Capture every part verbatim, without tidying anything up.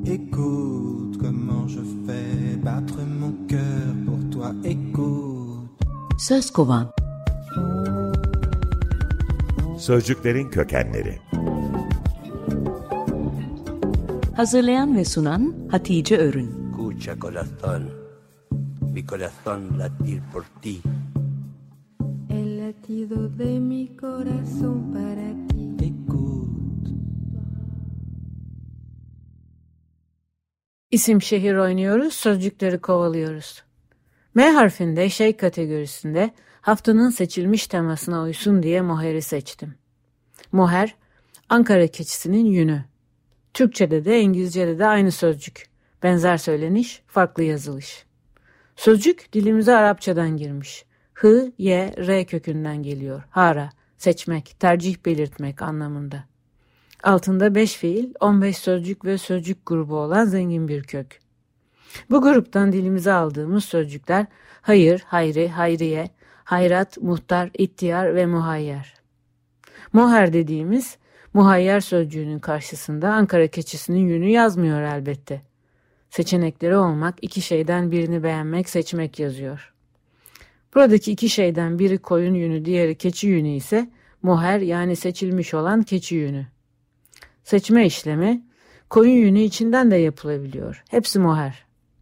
Écoute comment je fais battre mon cœur pour toi, écoute. Söz kovan. Sözcüklerin kökenleri. Hazırlayan ve sunan Hatice Örün. Escucha corazón, mi corazón latir por ti. El latido de mi corazón para ti. Écoute. İsim şehir oynuyoruz, sözcükleri kovalıyoruz. M harfinde şey kategorisinde haftanın seçilmiş temasına uysun diye moher'i seçtim. Moher, Ankara keçisinin yünü. Türkçe'de de İngilizce'de de aynı sözcük. Benzer söyleniş, farklı yazılış. Sözcük dilimize Arapçadan girmiş. Hı, ye, re kökünden geliyor. Hara, seçmek, tercih belirtmek anlamında. Altında beş fiil, on beş sözcük ve sözcük grubu olan zengin bir kök. Bu gruptan dilimize aldığımız sözcükler hayır, hayri, hayriye, hayrat, muhtar, ihtiyar ve muhayyer. Moher dediğimiz muhayyer sözcüğünün karşısında Ankara keçisinin yünü yazmıyor elbette. Seçenekleri olmak, iki şeyden birini beğenmek, seçmek yazıyor. Buradaki iki şeyden biri koyun yünü, diğeri keçi yünü ise moher yani seçilmiş olan keçi yünü. Seçme işlemi koyun yünü içinden de yapılabiliyor. Hepsi moher.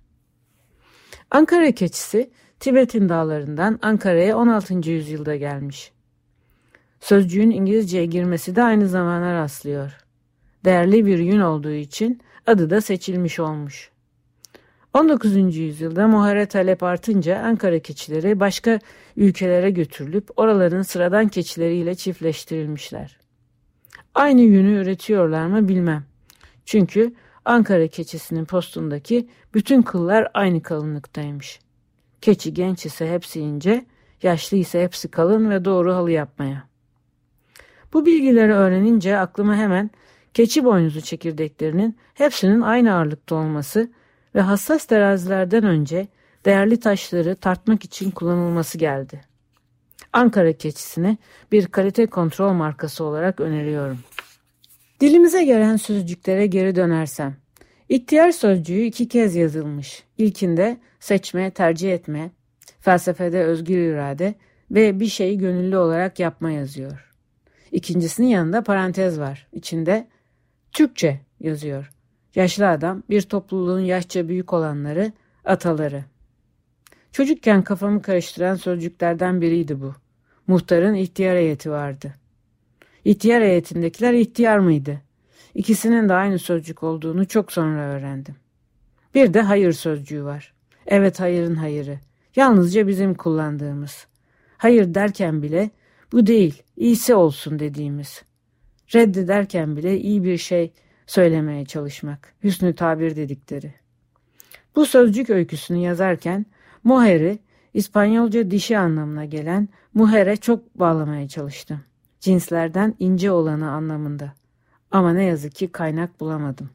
Ankara keçisi Tibet'in dağlarından Ankara'ya on altıncı yüzyılda gelmiş. Sözcüğün İngilizceye girmesi de aynı zamana rastlıyor. Değerli bir yün olduğu için adı da seçilmiş olmuş. on dokuzuncu yüzyılda mohere talep artınca Ankara keçileri başka ülkelere götürülüp oraların sıradan keçileriyle çiftleştirilmişler. Aynı yünü üretiyorlar mı bilmem. Çünkü Ankara keçisinin postundaki bütün kıllar aynı kalınlıktaymış. Keçi genç ise hepsi ince, yaşlı ise hepsi kalın ve doğru halı yapmaya. Bu bilgileri öğrenince aklıma hemen keçi boynuzu çekirdeklerinin hepsinin aynı ağırlıkta olması ve hassas terazilerden önce değerli taşları tartmak için kullanılması geldi. Ankara keçisini bir kalite kontrol markası olarak öneriyorum. Dilimize gelen sözcüklere geri dönersem, ihtiyar sözcüğü iki kez yazılmış. İlkinde seçme, tercih etme, felsefede özgür irade ve bir şeyi gönüllü olarak yapma yazıyor. İkincisinin yanında parantez var. İçinde Türkçe yazıyor. Yaşlı adam, bir topluluğun yaşça büyük olanları, ataları. Çocukken kafamı karıştıran sözcüklerden biriydi bu. Muhtarın ihtiyar heyeti vardı. İhtiyar heyetindekiler ihtiyar mıydı? İkisinin de aynı sözcük olduğunu çok sonra öğrendim. Bir de hayır sözcüğü var. Evet, hayırın hayırı. Yalnızca bizim kullandığımız. Hayır derken bile bu değil, iyisi olsun dediğimiz. Reddederken bile iyi bir şey söylemeye çalışmak. Hüsnü tabir dedikleri. Bu sözcük öyküsünü yazarken moher'i İspanyolca dişi anlamına gelen muhere çok bağlamaya çalıştım. Cinslerden ince olanı anlamında. Ama ne yazık ki kaynak bulamadım.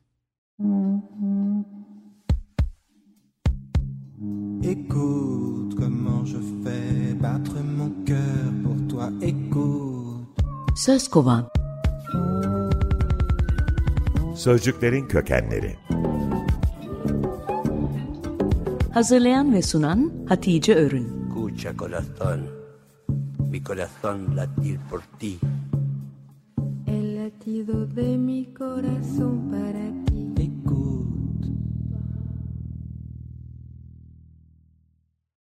Écoute comment je fais battre mon cœur pour toi, écoute. Söz kovan. Sözcüklerin kökenleri. Hazırlayan ve sunan Hatice Örün. Escucha corazón, mi corazón latir por ti. El latido de mi corazón para ti.